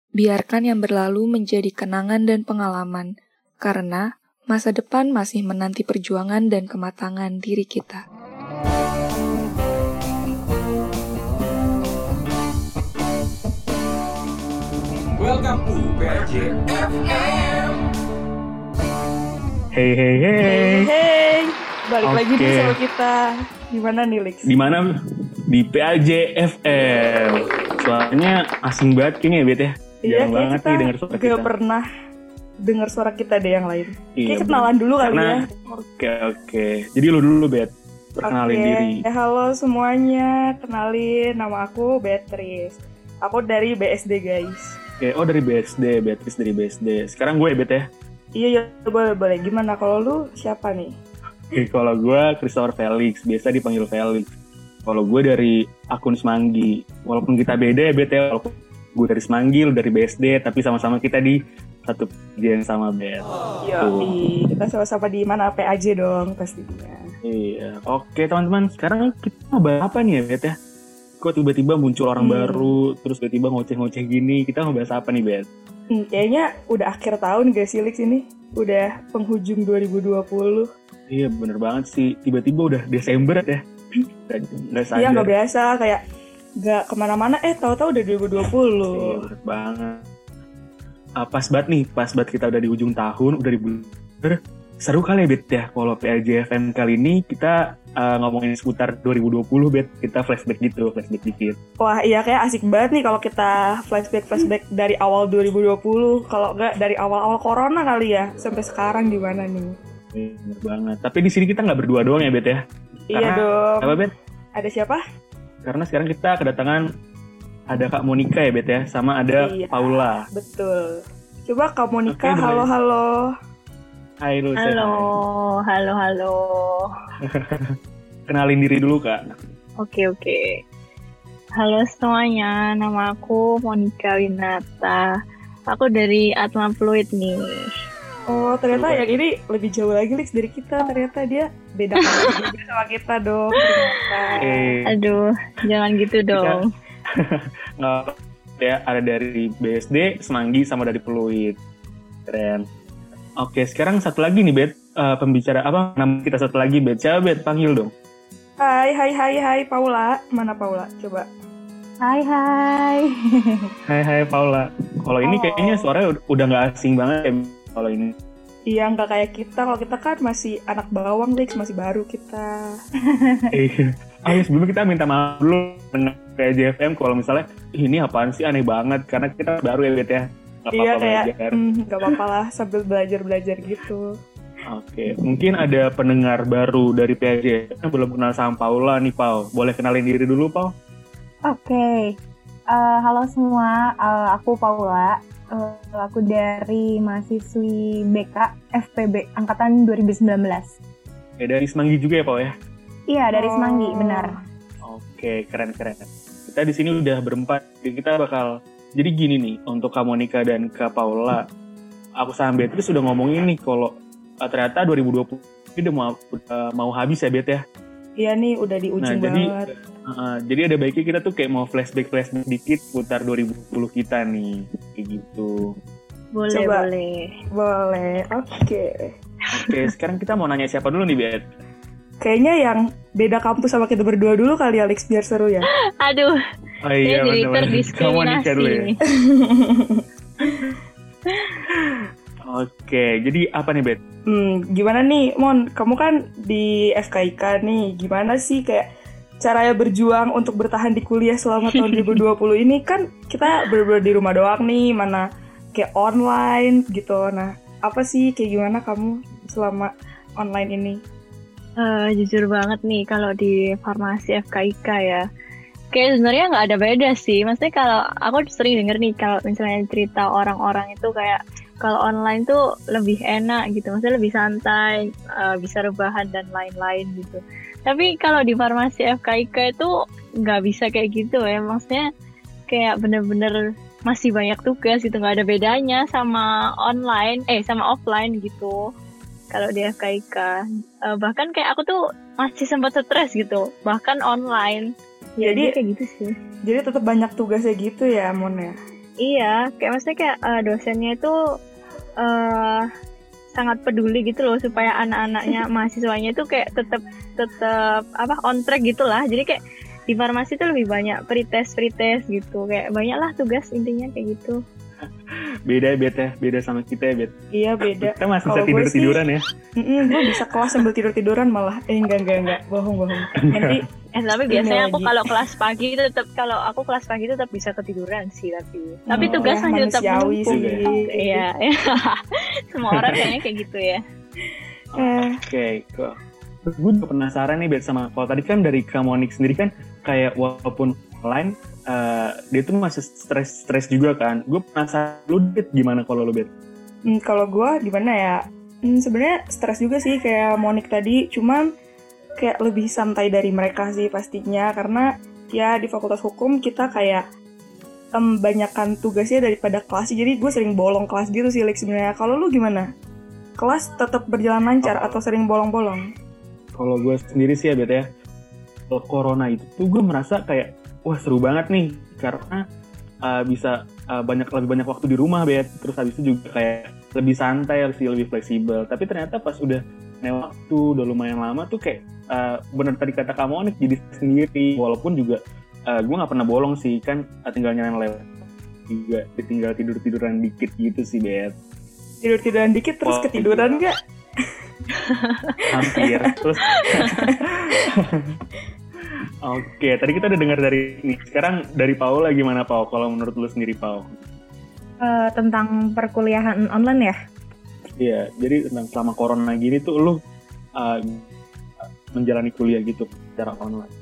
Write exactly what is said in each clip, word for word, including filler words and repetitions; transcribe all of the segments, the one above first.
Biarkan yang berlalu menjadi kenangan dan pengalaman, karena masa depan masih menanti perjuangan dan kematangan diri kita. Welcome to P R J F M. Hey hey hey. Hey hey. Balik Oke. lagi nih sama kita. Gimana nih, Lex? Di mana? Di P R J F M. Suaranya asing banget kayaknya ya, Bet ya. Iya, Jarang kayak banget kita nih denger suara gak kita. pernah dengar suara kita deh yang lain. Iya, Kayak kenalan dulu kali Karena, ya. Oke oke. Jadi lu dulu, Bet. Perkenalin Oke. diri. Halo semuanya, kenalin nama aku Beatrice. Aku dari B S D, guys. Oke, oh dari B S D, Beatrice dari B S D. Sekarang gue, Bet ya. Iya, ya, boleh boleh. Gimana kalau lu siapa nih? Oke, kalau gue Christopher Felix, biasa dipanggil Felix. Kalau gue dari akun Semanggi. Walaupun kita beda ya, Bet ya. Walaupun gue dari Semanggi, lu dari B S D, tapi sama-sama kita di satu yang sama, Bet. Iya, kita sama-sama di mana P A J dong pastinya. Iya, oke teman-teman. Sekarang kita mau bahas apa nih ya, Bet ya? Kok tiba-tiba muncul orang Hmm. baru, terus tiba-tiba ngoceh-ngoceh gini. Kita mau bahas apa nih, Bet? Hmm, kayaknya udah akhir tahun gak sih, Lex, ini? Udah penghujung dua ribu dua puluh. Iya, bener banget sih. Tiba-tiba udah Desember ya. Nggak, nggak sadar. Iya, gak berasa. Kayak gak kemana-mana, eh tahu-tahu udah dua ribu dua puluh. Iya, bener banget. Ah, pas banget nih, pas banget kita udah di ujung tahun, udah di bulan. Seru kali ya, Bet ya. Kalau P R J F M kali ini kita uh, ngomongin seputar dua ribu dua puluh, Bet. Kita flashback gitu, flashback dikit. Wah, iya kayak asik banget nih kalau kita flashback-flashback dari awal dua ribu dua puluh. Kalau nggak dari awal-awal corona kali ya, sampai sekarang gimana nih? Iya, bener banget. Tapi di sini kita nggak berdua doang ya, Bet ya. Iya Karena- dong. Apa, Bet? Ada siapa? Karena sekarang kita kedatangan ada Kak Monica ya, Bet ya. Sama ada Iya. Paula. Betul. Coba Kak Monica, Oke, boleh. halo-halo. Hai, lu. Halo, Hai. halo, halo. Kenalin diri dulu, Kak. Oke, oke. Halo semuanya, nama aku Monica Winata. Aku dari Atma Fluid nih. Oh, ternyata Coba. yang ini lebih jauh lagi, Lex, dari kita. Ternyata dia beda kampus juga sama kita dong. Ternyata. Eh, Aduh, jangan gitu dong. nggak apa ya, ada dari B S D, Semanggi, sama dari Fluid. Keren. Oke, sekarang satu lagi nih, Bet. Eh, pembicara apa? Nama kita satu lagi, Bet. Siapa, Bet? Panggil dong. Hai, hai, hai, hai, Paula. Mana Paula? Coba. Hai, hai. Hai, hai, Paula. Kalau ini Oh. kayaknya suaranya udah- udah nggak asing banget ya, kalau ini. Iya, nggak kayak kita. Kalau kita kan masih anak bawang, Lex. Masih baru kita. Eh, Ayo sebelumnya kita minta maaf dulu dengan P R J F M kalau misalnya "Ih, ini apaan sih, aneh banget karena kita baru ya, Bet ya. Nggak Iya, apa-apa kayak belajar. hmm, nggak apa-apa lah sambil belajar-belajar gitu. Oke, mungkin ada pendengar baru dari P R J yang belum kenal sama Paula nih, Pau. Boleh kenalin diri dulu, Pau? Oke, Eh, halo semua, Eh, aku Paula, Eh, aku dari mahasiswi B K F P B Angkatan dua ribu sembilan belas. Ya, dari Semanggi juga ya, Pau ya? Iya, dari Oh. Semanggi, benar. Oke, keren-keren. Kita di sini udah berempat, jadi kita bakal... Jadi gini nih, untuk Kak Monica dan Kak Paula, aku sama Beatrice sudah ngomongin nih kalau uh, ternyata dua ribu dua puluh ini udah mau, udah mau habis ya, Bet ya? Iya nih, udah di ujung Nah, jadi- banget. Uh, jadi ada baiknya kita tuh kayak mau flashback-flashback dikit putar dua ribu dua puluh kita nih, kayak gitu. Boleh, Coba. boleh. Boleh, oke. Oke, sekarang kita mau nanya siapa dulu nih, Bet? Kayaknya yang beda kampus sama kita berdua dulu kali, Alex, biar seru ya. Aduh, Oh saya jadi bener-bener. Kamu Monica terdiskriminasi dulu ya? nih. Oke, jadi apa nih, Bet? Hmm, gimana nih, Mon? Kamu kan di F K I K nih. Gimana sih kayak caranya berjuang untuk bertahan di kuliah selama tahun dua ribu dua puluh ini? Kan kita bener-bener di rumah doang nih, mana kayak online gitu. Nah, apa sih kayak gimana kamu selama online ini? Eh, jujur banget nih kalau di farmasi F K I K ya. Kayak sebenarnya nggak ada beda sih. Maksudnya kalau aku sering denger nih kalau misalnya cerita orang-orang itu kayak kalau online tuh lebih enak gitu. Maksudnya lebih santai, eh, bisa rebahan dan lain-lain gitu. Tapi kalau di farmasi F K I K itu nggak bisa kayak gitu ya. Maksudnya kayak bener-bener masih banyak tugas gitu. Nggak ada bedanya sama online, eh sama offline gitu. Kalau di F K I K. Uh, bahkan kayak aku tuh masih sempat stres gitu, bahkan online. Ya, Jadi- dia kayak gitu sih. Jadi tetap banyak tugasnya gitu ya, Mon ya? Iya, kayak maksudnya kayak uh, dosennya itu uh, sangat peduli gitu loh supaya anak-anaknya mahasiswanya itu kayak tetap tetap apa on track gitulah. Jadi kayak di farmasi itu lebih banyak pretest pretest gitu, kayak banyak lah tugas intinya kayak gitu. Beda bet ya, beda sama kita ya bet. Iya beda. Kita masih bisa Kalau gue tidur tiduran sih, ya. Gue bisa kelas sambil tidur tiduran malah. Eh enggak enggak enggak, bohong bohong. Nanti Eh tapi Ini biasanya aku lagi. kalau kelas pagi tetap kalau aku kelas pagi tetap bisa ketiduran sih tapi. Tapi Hmm, tugas ya, masih tetap manusiawi menumpuk. sih. Iya. Semua orang kayaknya kayak gitu ya. Eh, Oke, kok. Gue juga penasaran nih bet sama kalau tadi kan dari Kamonik sendiri kan kayak walaupun online uh, dia tuh masih stres-stres juga kan. Gue penasaran lu bet gimana kalau lu bet? hmm, kalau gue gimana ya? Hmm, sebenarnya stres juga sih kayak Monik tadi, cuman kayak lebih santai dari mereka sih pastinya karena ya di Fakultas Hukum kita kayak em, banyakan tugasnya daripada kelas, jadi gue sering bolong kelas gitu sih Lik sebenarnya. Kalau lu gimana? Kelas tetap berjalan lancar Oh. atau sering bolong-bolong? Kalau gue sendiri sih ya bet ya, kalau corona itu tuh gue merasa kayak wah seru banget nih karena uh, bisa uh, banyak lebih banyak waktu di rumah bet, terus habis itu juga kayak lebih santai sih, lebih fleksibel. Tapi ternyata pas udah naik waktu udah lumayan lama tuh kayak uh, bener tadi kata kamu nih jadi sendiri, walaupun juga uh, gue nggak pernah bolong sih kan, uh, tinggal nyalain laptop juga, tinggal tidur tiduran dikit gitu sih bet. Tidur-tiduran dikit terus Oh, ketiduran nggak? Hampir. Terus Oke, tadi kita udah dengar dari ini. Sekarang dari Paula gimana Pau? Kalau menurut lu sendiri Pau? Eh, tentang perkuliahan online ya? Iya, jadi tentang selama corona gini tuh lu uh, menjalani kuliah gitu secara online.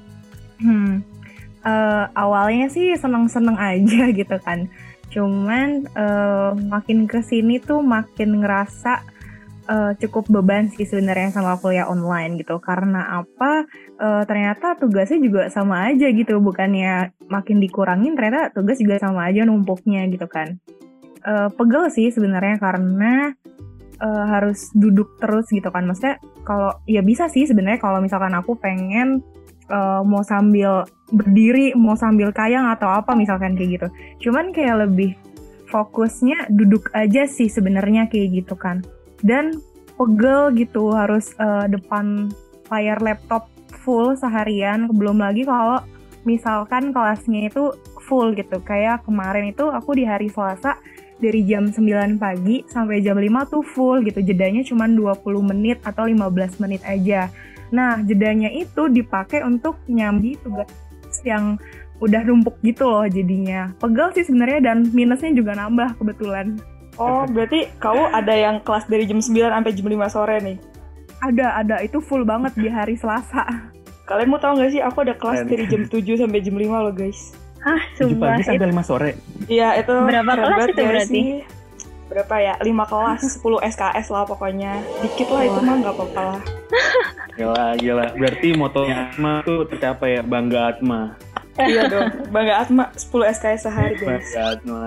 Hmm, eh, awalnya sih seneng-seneng aja gitu kan. Cuman eh, makin kesini tuh makin ngerasa eh, cukup beban sih sebenarnya sama kuliah online gitu. Karena apa? Eh, ternyata tugasnya juga sama aja gitu. Bukannya makin dikurangin, ternyata tugas juga sama aja numpuknya gitu kan. Eh, pegel sih sebenarnya karena eh, harus duduk terus gitu kan. Maksudnya kalau ya bisa sih sebenarnya kalau misalkan aku pengen Uh, mau sambil berdiri, mau sambil kayang atau apa misalkan kayak gitu. Cuman kayak lebih fokusnya duduk aja sih sebenarnya kayak gitu kan. Dan pegel gitu harus uh, depan layar laptop full seharian. Belum lagi kalau misalkan kelasnya itu full gitu. Kayak kemarin itu aku di hari Selasa dari jam sembilan pagi sampai jam lima tuh full gitu. Jedanya cuma dua puluh menit atau lima belas menit aja. Nah, jedanya itu dipakai untuk nyambi tugas yang udah numpuk gitu loh jadinya. Pegel sih sebenarnya dan minusnya juga nambah kebetulan. Oh, berarti kamu ada yang kelas dari jam sembilan sampai jam lima sore nih? Ada, ada. Itu full banget di hari Selasa. Kalian mau tahu nggak sih, aku ada kelas Keren. dari jam tujuh sampai jam lima loh guys. Hah, tujuh sumpah. pagi sampai lima sore. Iya, itu Berapa keren kelas banget itu gak berarti? sih? Berapa ya? lima kelas, sepuluh S K S lah pokoknya. Dikit lah itu mah nggak apa-apa lah. Gila, gila. Berarti motonya Atma tuh tercapai ya, Bangga Atma. Iya dong, Bangga Atma sepuluh S K S sehari guys. Bangga Atma.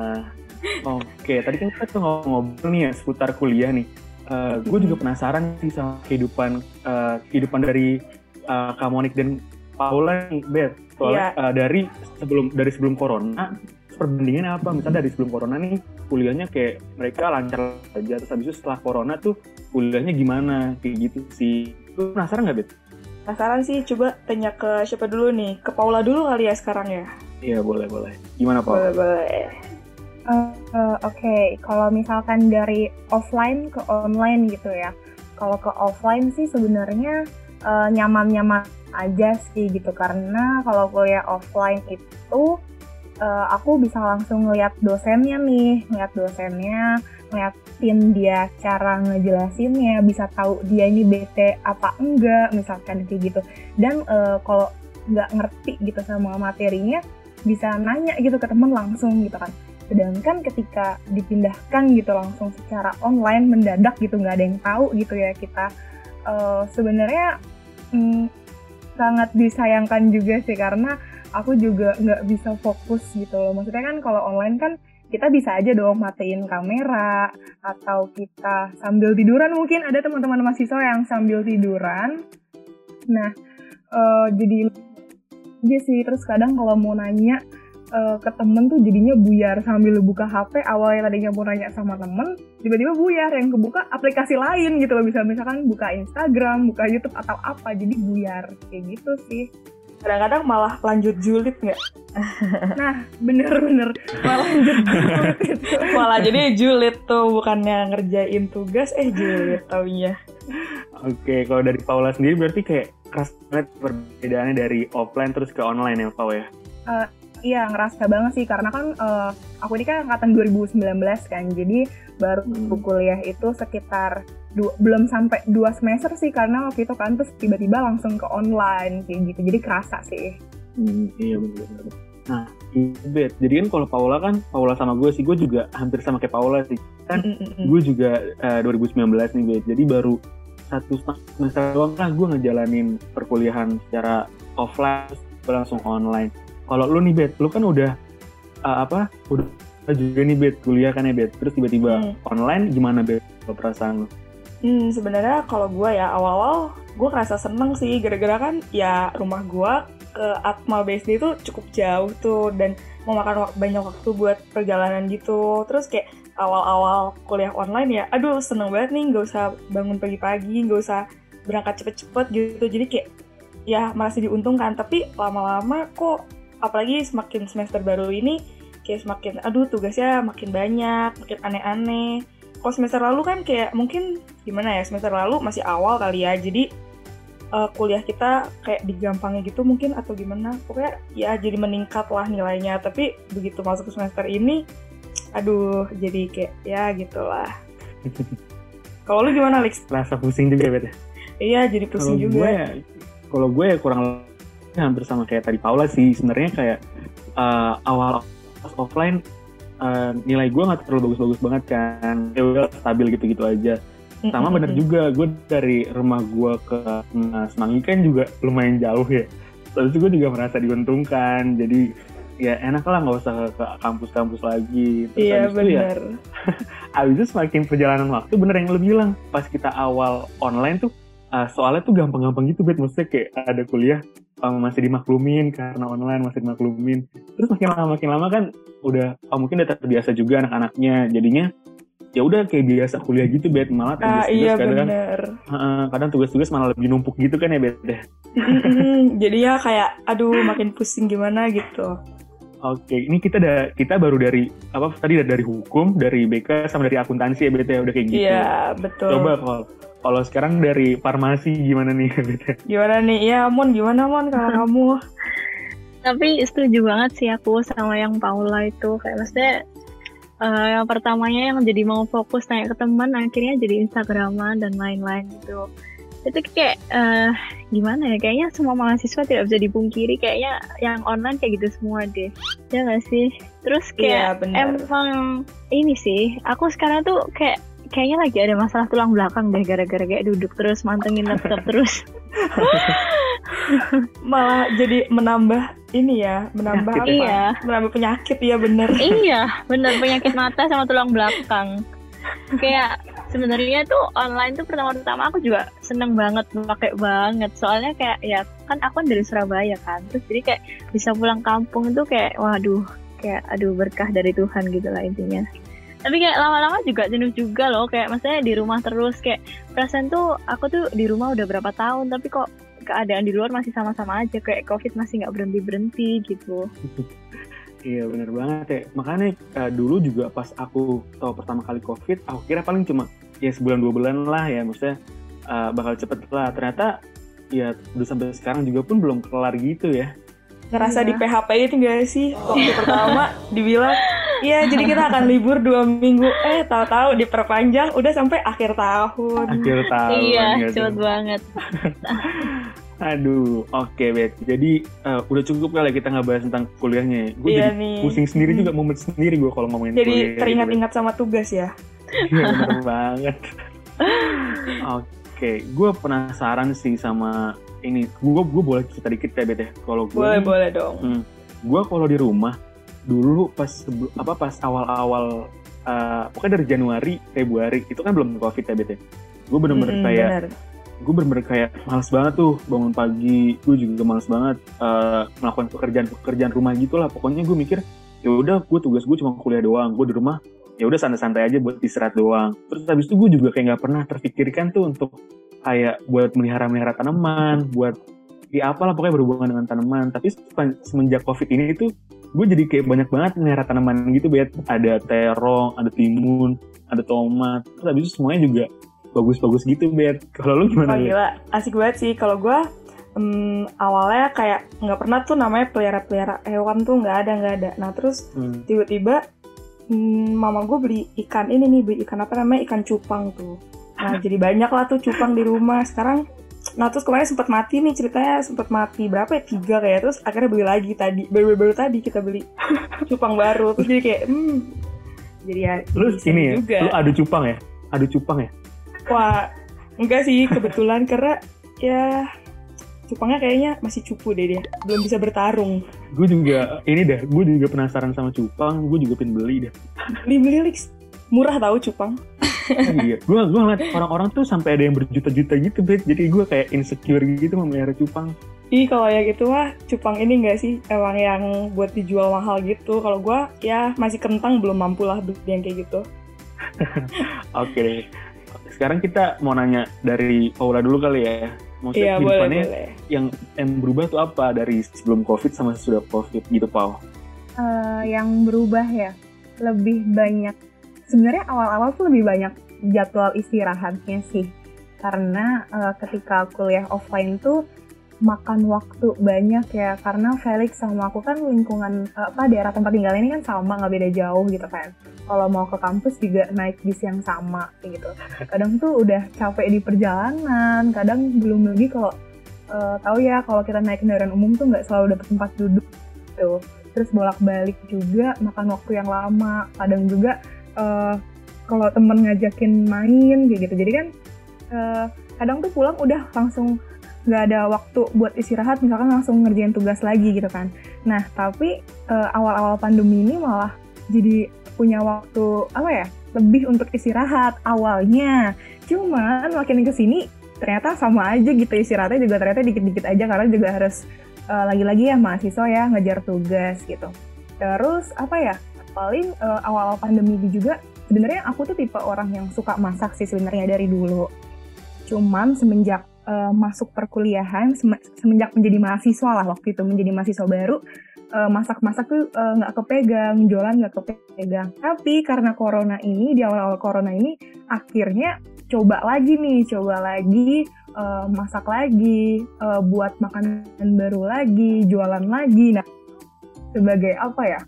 Oke, tadi kan kita tuh ngobrol nih ya seputar kuliah nih. Uh, gue juga penasaran sih sama kehidupan uh, kehidupan dari uh, Kamonik dan Paula nih, Bet. Soalnya Iya. uh, dari sebelum dari sebelum corona, perbandingannya apa? Misalnya dari sebelum corona nih, kuliahnya kayak mereka lancar aja, terus habis itu setelah corona tuh kuliahnya gimana? Kayak gitu sih. Lu penasaran nggak, Bet? Penasaran sih, coba tanya ke siapa dulu nih? Ke Paula dulu kali ya sekarang ya? Iya, boleh, boleh. Gimana, Paula? Boleh-boleh. Uh, uh, Oke, kalau misalkan dari offline ke online gitu ya. Kalau ke offline sih sebenarnya uh, nyaman-nyaman aja sih gitu. Karena kalau kuliah offline itu uh, aku bisa langsung ngeliat dosennya nih, ngeliat dosennya, ngeliatin dia cara ngejelasinnya, bisa tahu dia ini bete apa enggak, misalkan kayak gitu. Dan uh, kalau nggak ngerti gitu sama materinya, bisa nanya gitu ke temen langsung gitu kan. Sedangkan ketika dipindahkan gitu langsung secara online mendadak gitu, nggak ada yang tahu gitu ya kita, uh, sebenarnya hmm, sangat disayangkan juga sih karena aku juga nggak bisa fokus gitu loh. Maksudnya kan kalau online kan kita bisa aja dong matiin kamera atau kita sambil tiduran, mungkin ada teman-teman mahasiswa yang sambil tiduran. Nah, uh, jadi aja sih. Terus kadang kalau mau nanya uh, ke temen tuh jadinya buyar sambil buka H P. Awalnya tadinya mau nanya sama temen, tiba-tiba buyar, yang kebuka aplikasi lain gitu loh. Bisa misalkan buka Instagram, buka YouTube atau apa, jadi buyar kayak gitu sih. Kadang-kadang malah lanjut julid nggak? Nah, bener-bener malah lanjut julid itu. Malah jadi julid tuh, bukannya ngerjain tugas, eh julid taunya. Oke, kalau dari Paula sendiri berarti kayak keras banget perbedaannya dari offline terus ke online ya, Paula ya? Uh, iya, ngerasa banget sih, karena kan uh, aku ini kan angkatan dua ribu sembilan belas kan, jadi baru hmm. kuliah itu sekitar du- belum sampai dua semester sih, karena waktu itu kan terus tiba-tiba langsung ke online kayak gitu, jadi kerasa sih. Hmm, iya benar-benar. Nah, Bet, jadi kan kalau Paula kan, Paula sama gue sih, gue juga hampir sama kayak Paula sih. Kan mm-mm. gue juga uh, dua ribu sembilan belas nih, Bet, jadi baru satu semester doang kan gue ngejalanin perkuliahan secara offline, terus langsung online. Kalau lu nih, Bet, lu kan udah uh, apa, udah juga nih, Bet, kuliah kan ya, Bet, terus tiba-tiba hmm. online, gimana, Bet, perasaan lu? Hmm, sebenarnya kalau gue ya awal-awal gue ngerasa seneng sih, gara-gara kan ya rumah gue ke Atma B S D itu cukup jauh tuh dan memakan wak- banyak waktu buat perjalanan gitu. Terus kayak awal-awal kuliah online ya, aduh seneng banget nih, nggak usah bangun pagi-pagi, nggak usah berangkat cepet-cepet gitu. Jadi kayak ya masih diuntungkan. Tapi lama-lama kok, apalagi semakin semester baru ini, kayak semakin aduh tugasnya makin banyak, makin aneh-aneh. Kalau semester lalu kan kayak mungkin gimana ya, semester lalu masih awal kali ya, jadi uh, kuliah kita kayak digampangnya gitu mungkin atau gimana, pokoknya ya jadi meningkat lah nilainya. Tapi begitu masuk ke semester ini, aduh jadi kayak ya gitulah. Kalau lu gimana, Lex? Rasa pusing juga, Bet? Iya, jadi pusing kalo juga. Gue ya, kalau gue ya kurang lebih hampir sama kayak tadi Paula sih. Sebenarnya kayak uh, awal pas offline uh, nilai gue nggak terlalu bagus-bagus banget kan, ya udah stabil gitu-gitu aja. Sama bener juga, gue dari rumah gue ke nah, Semanggi kan juga lumayan jauh ya. Terus gue juga merasa diuntungkan, jadi ya enak lah nggak usah ke, ke kampus-kampus lagi. Terus iya bener. Ya, abis itu semakin perjalanan waktu, bener yang lo bilang, pas kita awal online tuh uh, soalnya tuh gampang-gampang gitu, Bet. Maksudnya kayak ada kuliah um, masih dimaklumin karena online masih dimaklumin. Terus makin lama makin lama kan udah oh, mungkin udah terbiasa juga anak-anaknya, jadinya ya udah kayak biasa kuliah gitu, Bet. Malah ah, tugas-tugas iya, kadang bener. uh, kadang tugas-tugas malah lebih numpuk gitu kan ya, Bet. Jadi ya kayak aduh makin pusing gimana gitu. Oke, ini kita da, kita baru dari apa tadi dari hukum, dari B K sama dari akuntansi ya, Bet, ya, udah kayak gitu. Iya, betul. Coba kalau kalau sekarang dari farmasi gimana nih, Bet? Gimana nih? Ya, Mon, gimana Mon kalau kamu? Tapi setuju banget sih aku sama yang Paula itu, kayak maksudnya uh, yang pertamanya yang jadi mau fokus tanya ke teman, akhirnya jadi Instagraman dan lain-lain gitu. Itu kayak uh, gimana ya, kayaknya semua mahasiswa tidak bisa dipungkiri, kayaknya yang online kayak gitu semua deh, ya nggak sih? Terus kayak ya, emang ini sih, aku sekarang tuh kayak kayaknya lagi ada masalah tulang belakang deh, gara-gara kayak duduk terus mantengin laptop terus. Malah jadi menambah ini ya, menambah penyakit, apa? Iya. Menambah penyakit ya, bener. Iya, bener, penyakit mata sama tulang belakang. Kayak sebenarnya tuh online tuh pertama-tama aku juga seneng banget, pakai banget. Soalnya kayak ya kan aku kan dari Surabaya kan, terus jadi kayak bisa pulang kampung tuh kayak waduh, kayak aduh berkah dari Tuhan gitu lah intinya. Tapi kayak lama-lama juga jenuh juga loh, kayak maksudnya di rumah terus, kayak perasaan tuh aku tuh di rumah udah berapa tahun tapi kok keadaan di luar masih sama-sama aja, kayak COVID masih nggak berhenti-berhenti gitu. Iya benar banget ya. Makanya uh, dulu juga pas aku tahu pertama kali COVID, aku kira paling cuma ya sebulan dua bulan lah ya, maksudnya uh, bakal cepet lah. Ternyata ya udah sampai sekarang juga pun belum kelar gitu ya. Ngerasa Iya. di P H P itu gak sih? Waktu pertama dibilang, iya jadi kita akan libur dua minggu. Eh tahu-tahu diperpanjang udah sampai akhir tahun. Akhir tahun. Iya, gitu. cepet banget. Aduh, oke okay, Bet. Jadi uh, udah cukup kali kita ngebahas tentang kuliahnya. Gue Iya jadi nih. pusing sendiri juga, mumet sendiri gue kalau ngomongin Jadi kuliah. teringat-ingat sama tugas ya. Iya bener banget. Oke, okay. Gue penasaran sih sama ini. Gue gue boleh cerita dikit ya, Bet ya. Kalau gue Boleh nih, boleh dong. Hmm, gue kalau di rumah dulu pas sebelum apa pas awal-awal uh, pokoknya dari Januari Februari itu kan belum COVID ya, Bet ya. Gue bener-bener Mm-mm, kayak bener. gue bener-bener kayak males banget tuh bangun pagi. Gue juga males banget uh, melakukan pekerjaan-pekerjaan rumah gitu lah. Pokoknya gue mikir ya udah, gue tugas gue cuma kuliah doang, gue di rumah ya udah santai-santai aja buat istirahat doang. Terus habis itu gue juga kayak nggak pernah terpikirkan tuh untuk kayak buat melihara-melihara tanaman, buat ya apalah pokoknya berhubungan dengan tanaman. Tapi semenjak COVID ini tuh gue jadi kayak banyak banget melihara tanaman gitu, Bet. Ada terong, ada timun, ada tomat. Terus habis itu semuanya juga bagus-bagus gitu, Bet. Kalau lu gimana? Oh gila, asik banget sih. Kalau gue um, awalnya kayak nggak pernah tuh namanya pelihara-pelihara hewan tuh, nggak ada nggak ada. Nah terus hmm. tiba-tiba um, mama gue beli ikan ini nih, beli ikan apa namanya, ikan cupang tuh. Nah jadi banyak lah tuh cupang di rumah sekarang. Nah terus kemarin sempat mati nih ceritanya, sempat mati berapa ya, tiga kayak. Terus akhirnya beli lagi tadi, baru-baru tadi kita beli cupang baru. Terus jadi kayak hmm jadi ya lu ini ya juga. Lu adu cupang ya adu cupang ya wah enggak sih kebetulan karena ya cupangnya kayaknya masih cupu deh dia, belum bisa bertarung. Gue juga ini dah, gue juga penasaran sama cupang, gue juga pengen beli dah. Beli-beli Lix, murah tahu cupang. Oh, iya, gue gue ngeliat orang-orang tuh sampai ada yang berjuta-juta gitu, Bet. Jadi gue kayak insecure gitu memelihara cupang. Ih, kalau yang gitu mah cupang ini nggak sih emang yang buat dijual mahal gitu. Kalau gue ya masih kentang, belum mampu lah beli yang kayak gitu. Oke deh. Sekarang kita mau nanya dari Paula dulu kali ya. Maksudnya iya, kehidupannya boleh, boleh. yang yang berubah tuh apa dari sebelum COVID sama sesudah COVID gitu, Pau? Uh, yang berubah ya, lebih banyak. Sebenarnya awal-awal tuh lebih banyak jadwal istirahatnya sih. Karena uh, ketika kuliah offline tuh makan waktu banyak ya, karena Felix sama aku kan lingkungan apa daerah tempat tinggal ini kan sama, nggak beda jauh gitu kan. Kalau mau ke kampus juga naik bis yang sama gitu. Kadang tuh udah capek di perjalanan, kadang belum lagi kalau uh, tahu ya kalau kita naik kendaraan umum tuh nggak selalu dapet tempat duduk gitu. Terus bolak-balik juga makan waktu yang lama. Kadang juga uh, kalau temen ngajakin main kayak gitu. Jadi kan uh, kadang tuh pulang udah langsung nggak ada waktu buat istirahat, misalkan langsung ngerjain tugas lagi gitu kan. Nah tapi uh, awal-awal pandemi ini malah jadi punya waktu apa ya, lebih untuk istirahat awalnya. Cuman makin kesini ternyata sama aja gitu, istirahatnya juga ternyata dikit-dikit aja karena juga harus uh, lagi-lagi ya mahasiswa ya ngejar tugas gitu. Terus apa ya, paling uh, awal-awal pandemi ini juga sebenarnya aku tuh tipe orang yang suka masak sih sebenarnya dari dulu. Cuman semenjak Uh, masuk perkuliahan, sem- semenjak menjadi mahasiswa lah waktu itu, menjadi mahasiswa baru, uh, masak-masak tuh nggak uh, kepegang, jualan nggak kepegang. Tapi karena corona ini, di awal-awal corona ini, akhirnya coba lagi nih, coba lagi, uh, masak lagi, uh, buat makanan baru lagi, jualan lagi. Nah, sebagai apa ya,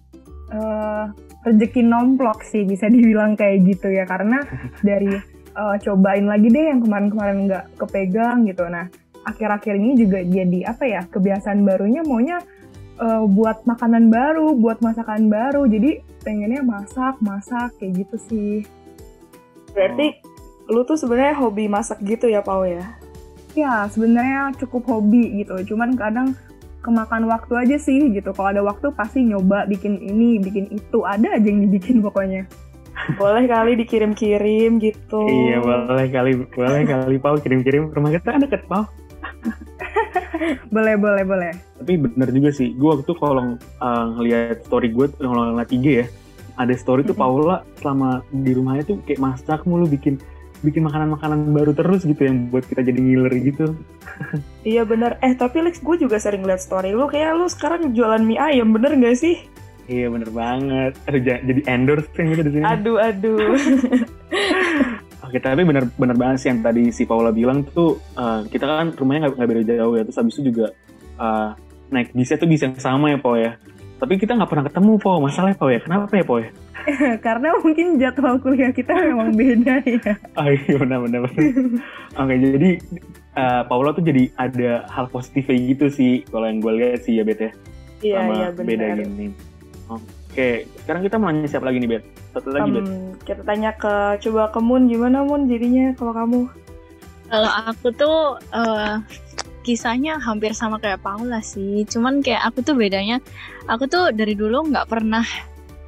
uh, rezeki nomplok sih bisa dibilang kayak gitu ya, karena dari Uh, cobain lagi deh yang kemarin-kemarin nggak kepegang gitu. Nah, akhir-akhir ini juga jadi apa ya, kebiasaan barunya maunya uh, buat makanan baru, buat masakan baru. Jadi pengennya masak-masak kayak gitu sih. Berarti lu tuh sebenarnya hobi masak gitu ya, Pau ya? Ya, sebenarnya cukup hobi gitu. Cuman kadang kemakan waktu aja sih gitu. Kalau ada waktu pasti nyoba bikin ini, bikin itu. Ada aja yang dibikin pokoknya. Boleh kali dikirim-kirim gitu. Iya, boleh kali, boleh kali Pau kirim-kirim. Rumah kita kan deket, Pau. boleh, boleh, boleh. Tapi bener juga sih, gue waktu kalau uh, ngeliat story gue, kalau ngeliat I G ya, ada story tuh Paula selama di rumahnya tuh kayak masak mulu, bikin bikin makanan-makanan baru terus gitu yang buat kita jadi ngiler gitu. Iya bener. Eh tapi Lex, gue juga sering liat story lu, kayak lu sekarang jualan mie ayam, bener gak sih? Iya bener banget. Aduh, jadi endorse kan gitu di sini. Aduh aduh. Oke, tapi bener bener banget sih yang tadi si Paula bilang tuh, uh, kita kan rumahnya nggak nggak beda jauh ya. Terus habis itu juga uh, naik bisnya tuh bis yang sama ya, Pau ya. Tapi kita nggak pernah ketemu, Pau. Masalahnya, Pau ya. Kenapa ya, Pau ya? Karena mungkin jadwal kuliah kita memang beda ya. Oh iya benar-benar. Oke, jadi uh, Paula tuh jadi ada hal positifnya gitu sih kalau yang gue lihat sih ya, Bet ya. Iya iya benar. Beda gini. Oke, sekarang kita mau nanya siapa lagi nih, Bet? Satu lagi, um, Bet. Kita tanya ke, coba ke Mun, gimana Mun jadinya kalau kamu? Kalau aku tuh uh, kisahnya hampir sama kayak Paula sih. Cuman kayak aku tuh bedanya, aku tuh dari dulu nggak pernah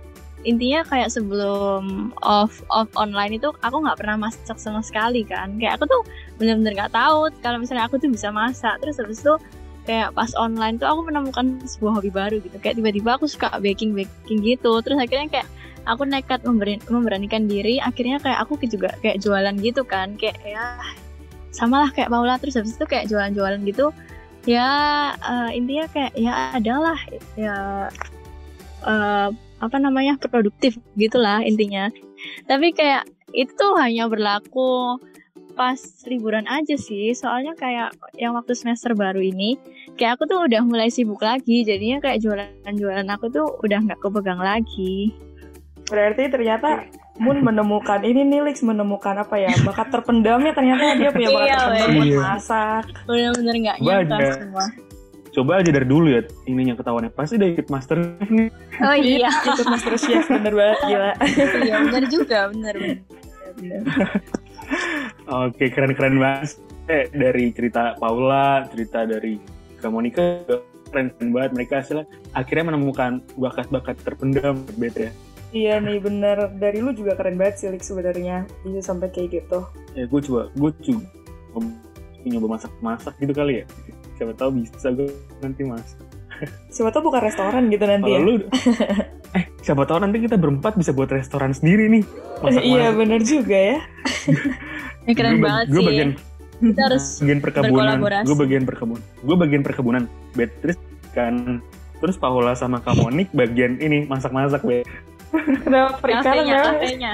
intinya kayak sebelum off off online itu aku nggak pernah masak sama sekali kan. Kayak aku tuh bener-bener nggak tahu kalau misalnya aku tuh bisa masak. Terus habis itu kayak pas online tuh aku menemukan sebuah hobi baru gitu. Kayak tiba-tiba aku suka baking baking gitu. Terus akhirnya kayak aku nekat memberin, memberanikan diri. Akhirnya kayak aku juga kayak jualan gitu kan. Kayak ya samalah kayak Paula. Terus habis itu kayak jualan-jualan gitu. Ya uh, intinya kayak ya adalah ya uh, apa namanya produktif gitulah intinya. Tapi kayak itu tuh hanya berlaku pas liburan aja sih. Soalnya kayak yang waktu semester baru ini kayak aku tuh udah mulai sibuk lagi. Jadinya kayak jualan-jualan aku tuh udah nggak kepegang lagi. Berarti ternyata Moon menemukan ini nih Lix, menemukan apa ya, bakat terpendamnya ternyata dia punya bakat Iya, terpendam iya. buat masak. Bener-bener nggak Coba nyangka aja. semua. Coba aja dari dulu ya ininya ketahuannya. Pasti udah ikut master nih. Oh iya. Ikut Master Chef, bener banget, gila. Iya bener juga, bener bener. bener. Oke, keren-keren banget. Eh, dari cerita Paula, cerita dari Kak Monica, keren banget. Mereka hasilnya akhirnya menemukan bakat-bakat terpendam, bet ya. Iya nih, bener. Dari lu juga keren banget sih Lix sebenarnya, bisa sampai kayak gitu. Ya gue coba, gue coba nyoba masak-masak gitu kali ya. Siapa tahu bisa gue nanti masak. Siapa tau buka restoran gitu nanti Kalau ya. lu, eh siapa tahu nanti kita berempat bisa buat restoran sendiri nih. Masak-masak. Iya bener juga ya. Ini keren Gua- banget gua sih. bagian Kita harus bagian perkebunan. berkolaborasi. Gue bagian perkebunan. Gue bagian perkebunan. Beatrice kan. Terus Paula sama Kak Monik bagian ini masak-masak, be. Kenapa perikanan kafenya, ya? kafenya.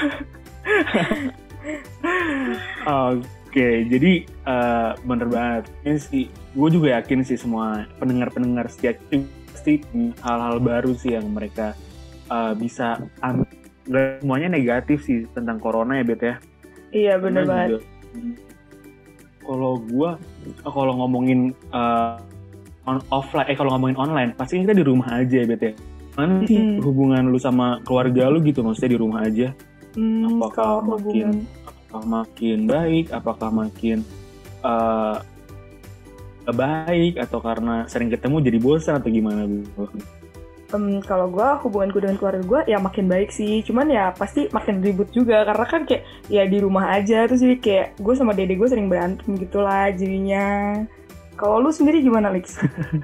Oke, jadi eh, bener banget. Ini sih, gue juga yakin sih semua pendengar-pendengar setia itu pasti punya hal-hal baru sih yang mereka eh, bisa ambil. Gak semuanya negatif sih tentang corona ya, Bet ya. Iya bener Karena banget. juga, kalau gue, kalau ngomongin eh, on offline, eh kalau ngomongin online, pasti kita di rumah aja ya, Bet ya. Mana sih Mm-mm. hubungan lu sama keluarga lu gitu, maksudnya di rumah aja? Hmm, Apakah kalau hubungan. makin apakah makin baik, apakah makin uh, baik, atau karena sering ketemu jadi bosan atau gimana Bu? Um, kalau gue hubunganku dengan keluarga gue ya makin baik sih, cuman ya pasti makin ribut juga karena kan kayak ya di rumah aja, terus jadi kayak gue sama dede gue sering berantem gitulah jadinya. Kalau lu sendiri gimana Lix?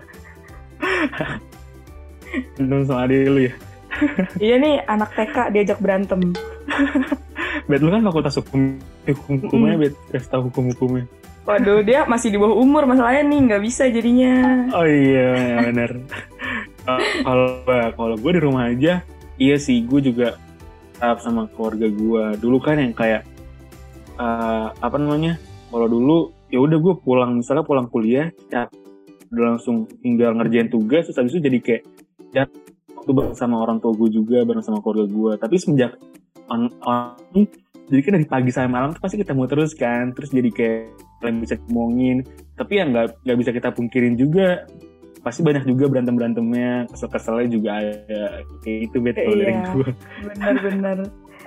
Berantem sama adik lu ya? Iya nih anak T K diajak berantem. Bet lu kan fakultas hukum, hukum-hukumnya Bet, kasih tau hukum-hukumnya. Waduh dia masih di bawah umur masalahnya nih, nggak bisa jadinya. Oh iya benar. Kalau kalau gue di rumah aja, iya sih gue juga tetap sama keluarga gue. Dulu kan yang kayak uh, apa namanya? Kalau dulu ya udah gue pulang misalnya pulang kuliah, ya udah langsung tinggal ngerjain tugas, terus habis itu jadi kayak ya waktu bareng sama orang tua gue juga, bareng sama keluarga gue. Tapi semenjak on, on jadi kan dari pagi sampai malam tuh pasti ketemu terus kan, terus jadi kayak kalian bisa ngomongin. Tapi ya nggak nggak bisa kita pungkirin juga, pasti banyak juga berantem berantemnya, kesel keselnya juga ada kayak itu Bet kalau dari Iya. gue. Bener-bener.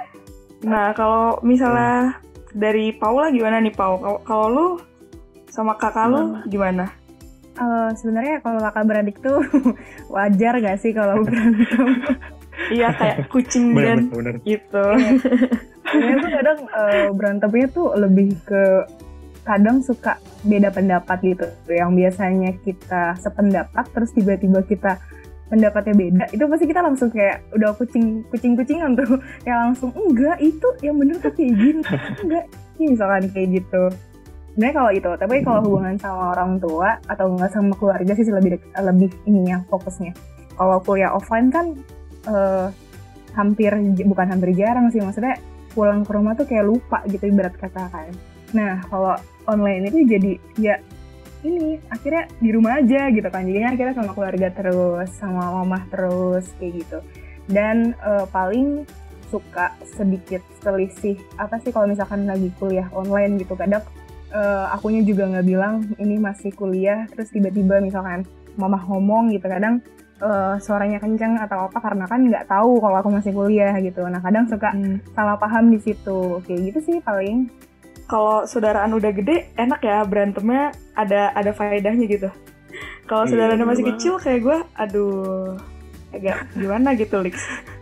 Nah kalau misalnya dari Paula gimana nih Pau? Kalau- Kalau lu sama kakak lu gimana? Eh, sebenarnya kalau kakak beradik tuh wajar gak sih kalau berantem? Iya kayak kucing dan Bener-bener. gitu. Sebenarnya tuh kadang eh, berantemnya tuh lebih ke kadang suka beda pendapat gitu. Yang biasanya kita sependapat terus tiba-tiba kita pendapatnya beda, itu pasti kita langsung kayak udah kucing kucing kucingan tuh, kayak langsung enggak itu yang bener tuh kayak gini, enggak ini misalkan kayak gitu. Sebenarnya kalau itu, tapi kalau hubungan sama orang tua atau enggak sama keluarga sih lebih dek- lebih ininya fokusnya. Kalau kuliah offline kan eh, hampir bukan hampir jarang sih, maksudnya pulang ke rumah tuh kayak lupa gitu ibarat kata kan. Nah kalau online itu jadi ya ini akhirnya di rumah aja gitu kan, jadinya akhirnya sama keluarga terus, sama mamah terus kayak gitu. Dan eh, paling suka sedikit selisih apa sih kalau misalkan lagi kuliah online gitu, kadang uh, akunya juga nggak bilang ini masih kuliah, terus tiba-tiba misalkan mama ngomong gitu, kadang uh, suaranya kenceng atau apa karena kan nggak tahu kalau aku masih kuliah gitu. Nah kadang suka Hmm. salah paham di situ, kayak gitu sih paling. Kalau saudaraan udah gede, enak ya berantemnya ada ada faedahnya gitu. Kalau Iya, saudaranya masih bener kecil kayak gue, aduh, agak gimana gitu Lix.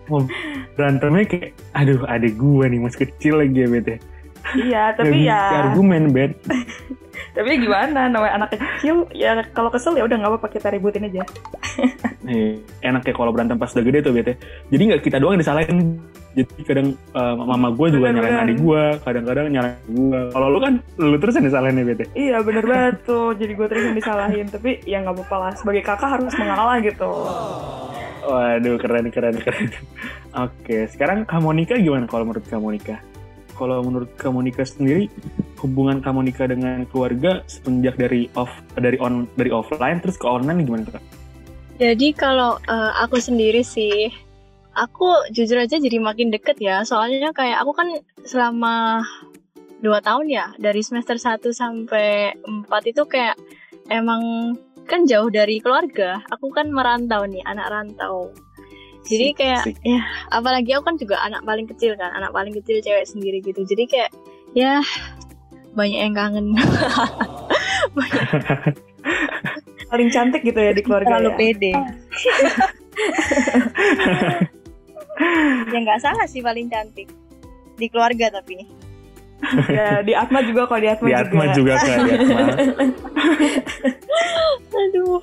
mau berantemnya kayak, aduh adik gue nih masih kecil lagi ya Bet ya. Iya, tapi Gak ya. bisa argumen Bet. Tapi gimana, namanya anak kecil, ya kalau kesel ya udah nggak apa-apa kita ributin aja. Eh, enak ya kalau berantem pas udah gede tuh Bet ya. Jadi nggak kita doang yang disalahin. Jadi kadang uh, mama gue juga Bener, nyalain bener. adik gue, kadang-kadang nyalain gue. Kalau lu kan, lu terus yang disalahin ya Bet ya. Iya bener banget tuh, jadi gue terus yang disalahin. Tapi ya nggak apa-apa lah, sebagai kakak harus mengalah gitu. Waduh, keren, keren, keren. Oke, sekarang Kak Monica gimana kalau menurut Kak Monica? Kalau menurut Kak Monica sendiri, hubungan Kak Monica dengan keluarga semenjak dari off dari on dari offline terus ke online gimana Kak? Jadi kalau uh, aku sendiri sih, aku jujur aja jadi makin deket ya. Soalnya kayak aku kan selama dua tahun ya, dari semester satu sampai empat itu kayak emang kan jauh dari keluarga. Aku kan merantau nih, anak rantau. Jadi kayak Sik. ya apalagi aku kan juga anak paling kecil kan, anak paling kecil cewek sendiri gitu. Jadi kayak ya banyak yang kangen. Paling cantik gitu ya di keluarga Terlalu ya. pede. Ya nggak salah sih paling cantik di keluarga tapi. Ya, di Atma juga kok, di Atma Di juga. Atma juga Kak, di Atma. Aduh.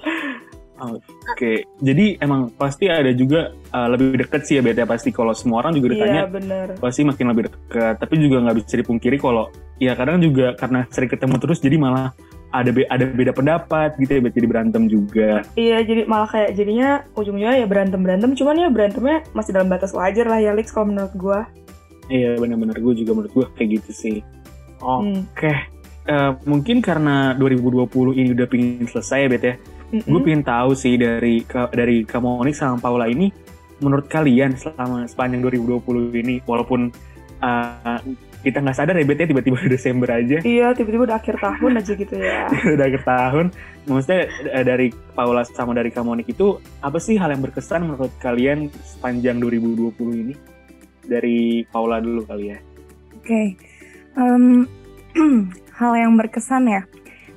Oke, jadi emang pasti ada juga uh, lebih dekat sih ya Bet ya, pasti kalau semua orang juga ditanya Iya bener. pasti makin lebih dekat. Tapi juga nggak bisa dipungkiri kalau ya kadang juga karena sering ketemu terus jadi malah ada be- ada beda pendapat gitu ya Bet, jadi berantem juga. Iya, jadi malah kayak jadinya ujung-ujungnya ya berantem-berantem. Cuman ya berantemnya masih dalam batas wajar lah ya, Lex, kalau menurut gue. Iya benar-benar, gue juga menurut gue kayak gitu sih. Oke, uh, mungkin karena dua ribu dua puluh ini udah pingin selesai ya Bet ya. Gue pengen tahu sih dari dari Kak Monica sama Paula ini, menurut kalian selama sepanjang dua ribu dua puluh ini, walaupun uh, kita nggak sadar ya Bet ya, tiba-tiba Desember aja. Iya, tiba-tiba udah akhir tahun aja gitu ya. Udah akhir tahun. Maksudnya dari Paula sama dari Kak Monica itu, apa sih hal yang berkesan menurut kalian sepanjang dua ribu dua puluh ini? Dari Paula dulu kali ya. Oke, okay. um, hal yang berkesan ya.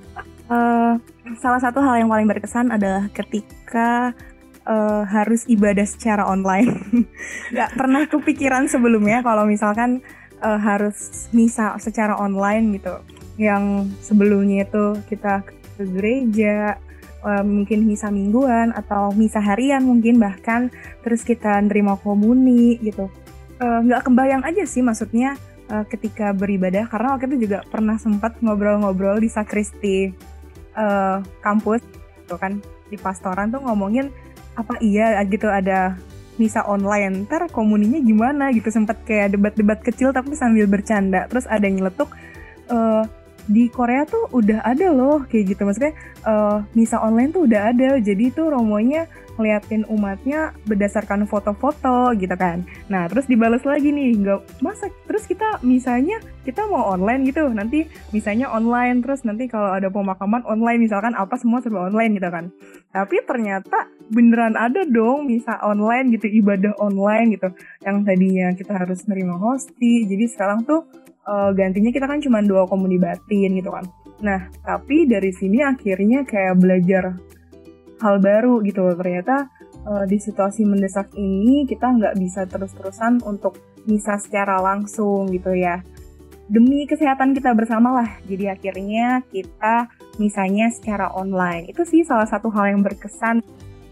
Uh, salah satu hal yang paling berkesan adalah ketika uh, harus ibadah secara online. Gak pernah kepikiran sebelumnya kalau misalkan uh, harus misa secara online gitu. Yang sebelumnya itu kita ke gereja, uh, mungkin misa mingguan atau misa harian mungkin bahkan, terus kita nerima komuni gitu. Uh, gak kebayang aja sih maksudnya uh, ketika beribadah, karena waktu itu juga pernah sempat ngobrol-ngobrol di sakristi Uh, kampus gitu kan, di pastoran tuh ngomongin apa iya gitu ada misa online, ntar komuninya gimana gitu, sempat kayak debat-debat kecil tapi sambil bercanda. Terus ada yang nyeletuk uh, di Korea tuh udah ada loh kayak gitu, maksudnya uh, misa online tuh udah ada, jadi tuh romonya ngeliatin umatnya berdasarkan foto-foto gitu kan. Nah terus dibalas lagi nih, nggak masa terus kita misalnya kita mau online gitu, nanti misalnya online, terus nanti kalau ada pemakaman online misalkan apa semua serba online gitu kan. Tapi ternyata beneran ada dong misa online gitu, ibadah online gitu, yang tadinya kita harus nerima hosti, jadi sekarang tuh uh, gantinya kita kan cuma dua komuni batin gitu kan. Nah tapi dari sini akhirnya kayak belajar hal baru gitu loh, ternyata uh, di situasi mendesak ini kita nggak bisa terus-terusan untuk misa secara langsung gitu ya, demi kesehatan kita bersama lah. Jadi akhirnya kita misanya secara online. Itu sih salah satu hal yang berkesan.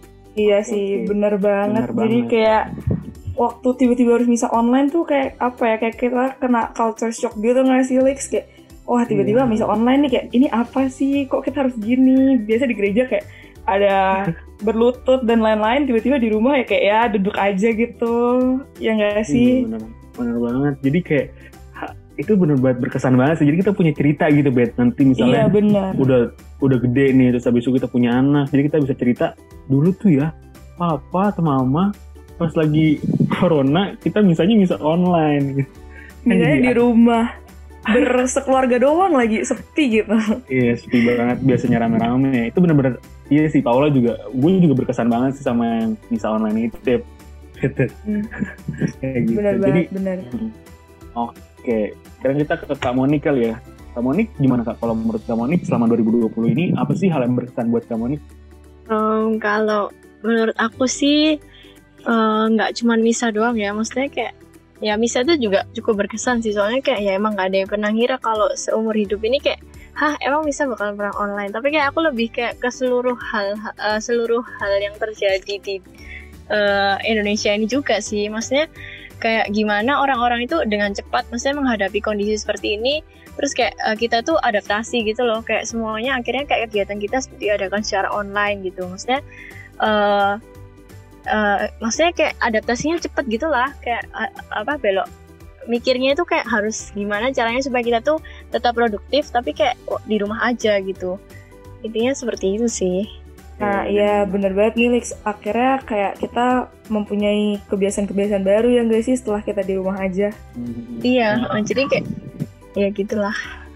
Iya sih, Oke. bener banget. Bener Jadi banget. kayak waktu tiba-tiba harus misa online tuh kayak apa ya, kayak kita kena culture shock gitu nggak sih Lex? Kayak wah tiba-tiba Iya. misa online nih, kayak ini apa sih, kok kita harus gini? Biasa di gereja kayak ada berlutut dan lain-lain, tiba-tiba di rumah ya kayak ya duduk aja gitu, ya nggak sih? Iya, bener, bener banget. Jadi kayak ha, itu bener banget berkesan banget sih. Jadi kita punya cerita gitu Bet. Nanti Iya misalnya benar. udah udah gede nih, terus habis itu kita punya anak, jadi kita bisa cerita dulu tuh ya papa atau mama pas lagi corona kita misalnya bisa online. Kan Misalnya jadi- di rumah bersekeluarga doang lagi, sepi gitu. Iya sepi banget, biasanya rame-rame. Itu bener-bener, iya sih Paula juga, gue juga berkesan banget sih sama yang misa online itu Dep. Gitu. Hmm. Kayak gitu. Benar Jadi banget, benar. oke, sekarang kita ke Kak Monik kali ya. Kak Monik gimana Kak? Kalau menurut Kak Monik selama dua ribu dua puluh ini apa sih hal yang berkesan buat Kak Monik? Um, kalau menurut aku sih eh, nggak cuma misa doang ya, maksudnya kayak ya misa itu juga cukup berkesan sih, soalnya kayak ya emang nggak ada yang pernah ngira kalau seumur hidup ini kayak hah emang misa bakal perang online, tapi kayak aku lebih kayak ke seluruh hal uh, seluruh hal yang terjadi di uh, Indonesia ini juga sih, maksudnya kayak gimana orang-orang itu dengan cepat maksudnya menghadapi kondisi seperti ini, terus kayak uh, kita tuh adaptasi gitu loh, kayak semuanya akhirnya kayak kegiatan kita diadakan secara online gitu, maksudnya uh, uh, maksudnya kayak adaptasinya cepet gitu lah, kayak uh, apa belok mikirnya itu kayak harus gimana caranya supaya kita tuh tetap produktif tapi kayak oh, di rumah aja gitu, intinya seperti itu sih. Nah iya bener banget nih Lex, akhirnya kayak kita mempunyai kebiasaan-kebiasaan baru ya nggak sih setelah kita di rumah aja. Hmm. Iya, jadi kayak ya gitulah.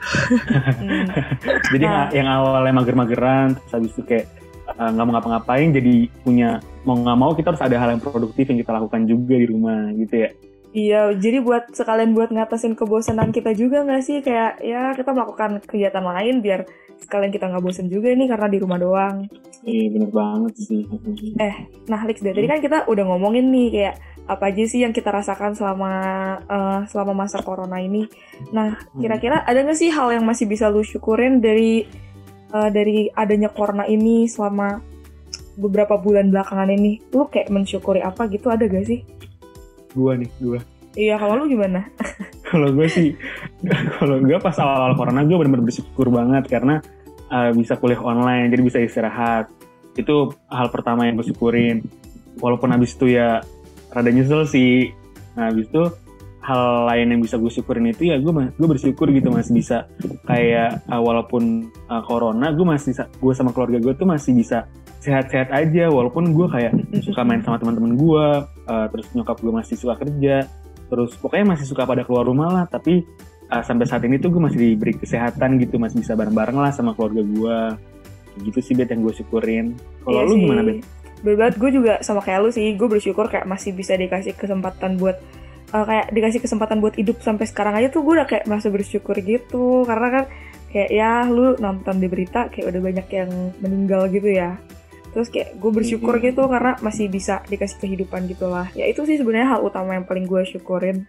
Hmm. Jadi Nah. yang awalnya mager-mageran, terus habis itu kayak uh, nggak mau ngapa-ngapain, jadi punya mau nggak mau kita harus ada hal yang produktif yang kita lakukan juga di rumah gitu ya. Iya, jadi buat sekalian buat ngatasin kebosanan kita juga nggak sih, kayak ya kita melakukan kegiatan lain biar sekalian kita nggak bosan juga nih karena di rumah doang. Iya bener banget sih. Eh, nah Lex, dari tadi kan kita udah ngomongin nih kayak apa aja sih yang kita rasakan selama uh, selama masa corona ini. Nah, kira-kira ada nggak sih hal yang masih bisa lu syukurin dari uh, dari adanya corona ini selama beberapa bulan belakangan ini? Lu kayak mensyukuri apa gitu, ada gak sih? Gua nih, gua. Iya, kalau lu gimana? Kalau gue sih, kalau gue pas awal-awal corona gue benar-benar bersyukur banget karena uh, bisa kuliah online, jadi bisa istirahat. Itu hal pertama yang gue syukurin. Walaupun habis itu ya rada nyesel sih. Nah habis itu hal lain yang bisa gue syukurin itu ya gue gue bersyukur gitu masih bisa kayak uh, walaupun uh, corona gue masih gue sama keluarga gue tuh masih bisa sehat-sehat aja, walaupun gue kayak suka main sama teman-teman gue, uh, terus nyokap gue masih suka kerja, terus pokoknya masih suka pada keluar rumah lah, tapi uh, sampai saat ini tuh gue masih diberi kesehatan gitu, masih bisa bareng-bareng lah sama keluarga gue, gitu sih Bet yang gue syukurin. Kalau Iya lu sih. gimana Bet? Berbat, gue juga sama kayak lu sih, gue bersyukur kayak masih bisa dikasih kesempatan buat uh, kayak dikasih kesempatan buat hidup sampai sekarang aja tuh gue udah kayak merasa bersyukur gitu, karena kan kayak ya lu nonton di berita kayak udah banyak yang meninggal gitu ya. Terus kayak gue bersyukur Mm-hmm. gitu karena masih bisa dikasih kehidupan gitu lah. Ya itu sih sebenarnya hal utama yang paling gue syukurin.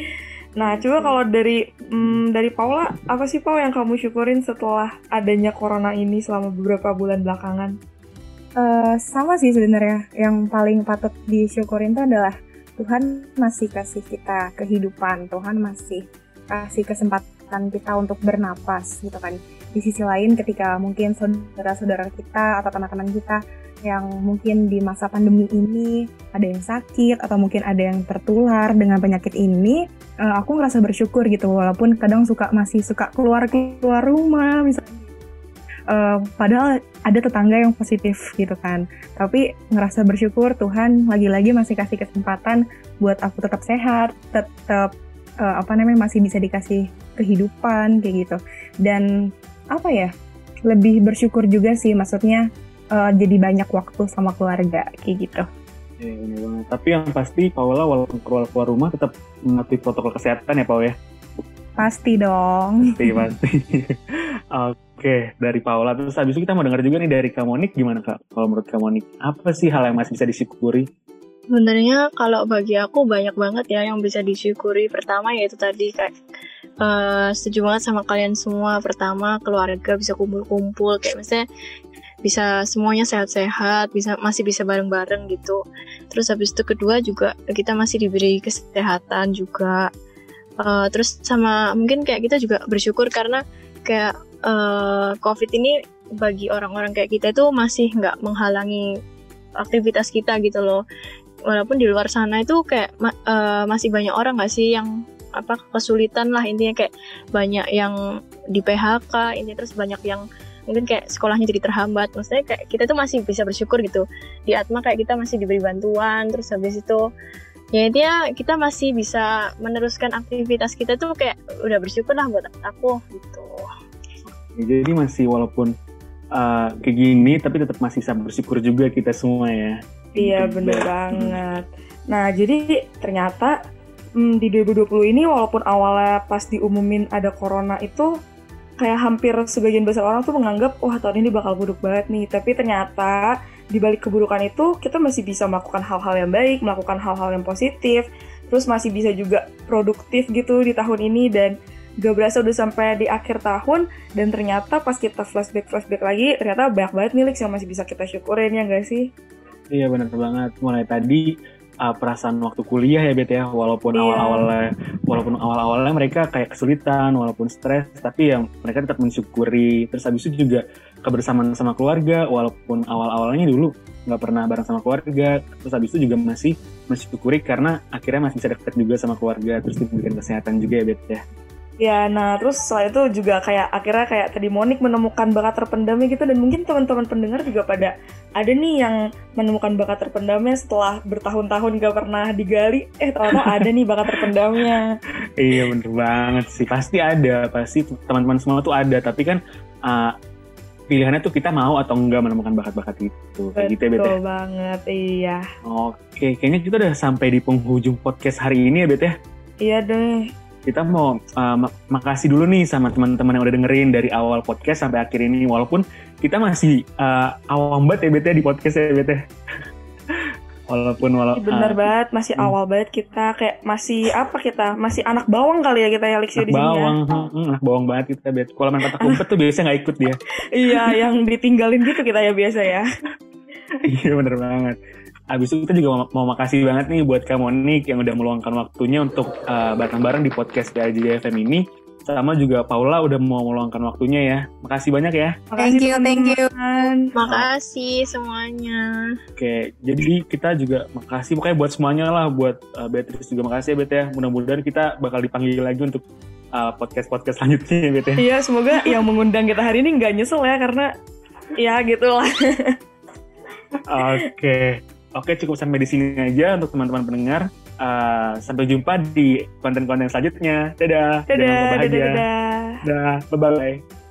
Nah coba kalau dari hmm, dari Paula, apa sih Paula yang kamu syukurin setelah adanya corona ini selama beberapa bulan belakangan? Uh, sama sih sebenarnya, yang paling patut disyukurin itu adalah Tuhan masih kasih kita kehidupan, Tuhan masih kasih kesempatan kita untuk bernapas gitu kan. Di sisi lain ketika mungkin saudara-saudara kita atau teman-teman kita yang mungkin di masa pandemi ini ada yang sakit atau mungkin ada yang tertular dengan penyakit ini, uh, aku ngerasa bersyukur gitu, walaupun kadang suka masih suka keluar keluar rumah misalnya. Uh, padahal ada tetangga yang positif gitu kan, tapi ngerasa bersyukur Tuhan lagi-lagi masih kasih kesempatan buat aku tetap sehat, tetap uh, apa namanya masih bisa dikasih kehidupan kayak gitu. Dan apa ya, lebih bersyukur juga sih, maksudnya uh, jadi banyak waktu sama keluarga kayak gitu. Ya, bener banget. Tapi yang pasti Paula walaupun keluar-keluar rumah tetap mematuhi protokol kesehatan ya Paula ya? Pasti dong. Pasti, pasti. Oke, dari Paula. Terus habis itu kita mau dengar juga nih dari Kak Monik, gimana Kak? Kalau menurut Kak Monik, apa sih hal yang masih bisa disyukuri? Sebenarnya kalau bagi aku banyak banget ya yang bisa disyukuri. Pertama yaitu tadi kayak uh, setuju banget sama kalian semua. Pertama keluarga bisa kumpul-kumpul, kayak misalnya bisa semuanya sehat-sehat, bisa masih bisa bareng-bareng gitu. Terus habis itu kedua juga kita masih diberi kesehatan juga. Uh, terus sama mungkin kayak kita juga bersyukur karena kayak uh, COVID ini bagi orang-orang kayak kita itu masih nggak menghalangi aktivitas kita gitu loh. Walaupun di luar sana itu kayak uh, masih banyak orang nggak sih yang apa kesulitan lah, intinya kayak banyak yang di P H K ini, terus banyak yang mungkin kayak sekolahnya jadi terhambat. Maksudnya kayak kita tuh masih bisa bersyukur gitu, di Atma kayak kita masih diberi bantuan. Terus habis itu ya intinya kita masih bisa meneruskan aktivitas kita tuh kayak udah bersyukur lah buat aku gitu. Ya, jadi masih walaupun uh, kayak gini tapi tetap masih bisa bersyukur juga kita semua ya. Iya bener banget. Nah jadi ternyata hmm, di dua ribu dua puluh ini walaupun awalnya pas diumumin ada corona itu kayak hampir sebagian besar orang tuh menganggap wah tahun ini bakal buruk banget nih. Tapi ternyata di balik keburukan itu kita masih bisa melakukan hal-hal yang baik, melakukan hal-hal yang positif, terus masih bisa juga produktif gitu di tahun ini, dan gak berasa udah sampai di akhir tahun, dan ternyata pas kita flashback-flashback lagi, ternyata banyak banget nih Lex yang masih bisa kita syukurin, ya gak sih? Iya benar banget. Mulai tadi uh, perasaan waktu kuliah ya Bet ya, walaupun Iya. awal-awalnya walaupun awal-awalnya mereka kayak kesulitan, walaupun stres, tapi yang mereka tetap mensyukuri. Terus habis itu juga kebersamaan sama keluarga, walaupun awal-awalnya dulu nggak pernah bareng sama keluarga, terus habis itu juga masih mensyukuri karena akhirnya masih bisa dekat juga sama keluarga, terus diberikan kesehatan juga ya Bet ya. Ya, nah terus setelah itu juga kayak akhirnya kayak tadi Monik menemukan bakat terpendamnya gitu, dan mungkin teman-teman pendengar juga pada ada nih yang menemukan bakat terpendamnya setelah bertahun-tahun gak pernah digali, eh ternyata ada nih bakat terpendamnya. Iya bener banget sih, pasti ada, pasti teman-teman semua tuh ada, tapi kan uh, pilihannya tuh kita mau atau enggak menemukan bakat-bakat itu. Kayak gitu ya Bet ya. Betul banget, iya. Oke, kayaknya kita udah sampai di penghujung podcast hari ini ya Bet ya. Iya deh. Kita mau uh, mak- makasih dulu nih sama teman-teman yang udah dengerin dari awal podcast sampai akhir ini, walaupun kita masih uh, awam banget ya Bet ya di podcast ya Bet ya. walaupun walaupun Bener uh, banget, masih hmm. awal banget kita, kayak masih apa kita, masih anak bawang kali ya kita ya Lexio anak di sini ya. bawang, hmm, anak bawang banget kita Bet. Kalau main petak umpet tuh biasanya nggak ikut dia. Iya, yang ditinggalin gitu kita ya biasa ya. Iya bener banget. Abis itu kita juga mau, mau makasih banget nih buat Kak Monik yang udah meluangkan waktunya untuk uh, bareng-bareng di podcast P A J J F M ini. Sama juga Paula udah mau meluangkan waktunya ya. Makasih banyak ya. Makasih, Thank you, thank you. teman-teman. Makasih semuanya. Oke, jadi kita juga makasih pokoknya buat semuanya lah. Buat uh, Beatrice juga makasih ya Bet ya. Mudah-mudahan kita bakal dipanggil lagi untuk uh, podcast-podcast selanjutnya ya Bet ya. Iya, semoga yang mengundang kita hari ini nggak nyesel ya, karena ya gitulah. Oke. Oke, cukup sampai di sini aja untuk teman-teman pendengar. Uh, sampai jumpa di konten-konten selanjutnya. Dadah. Dadah, Jangan lupa dadah, bahagia. dadah. Dadah. Bye-bye.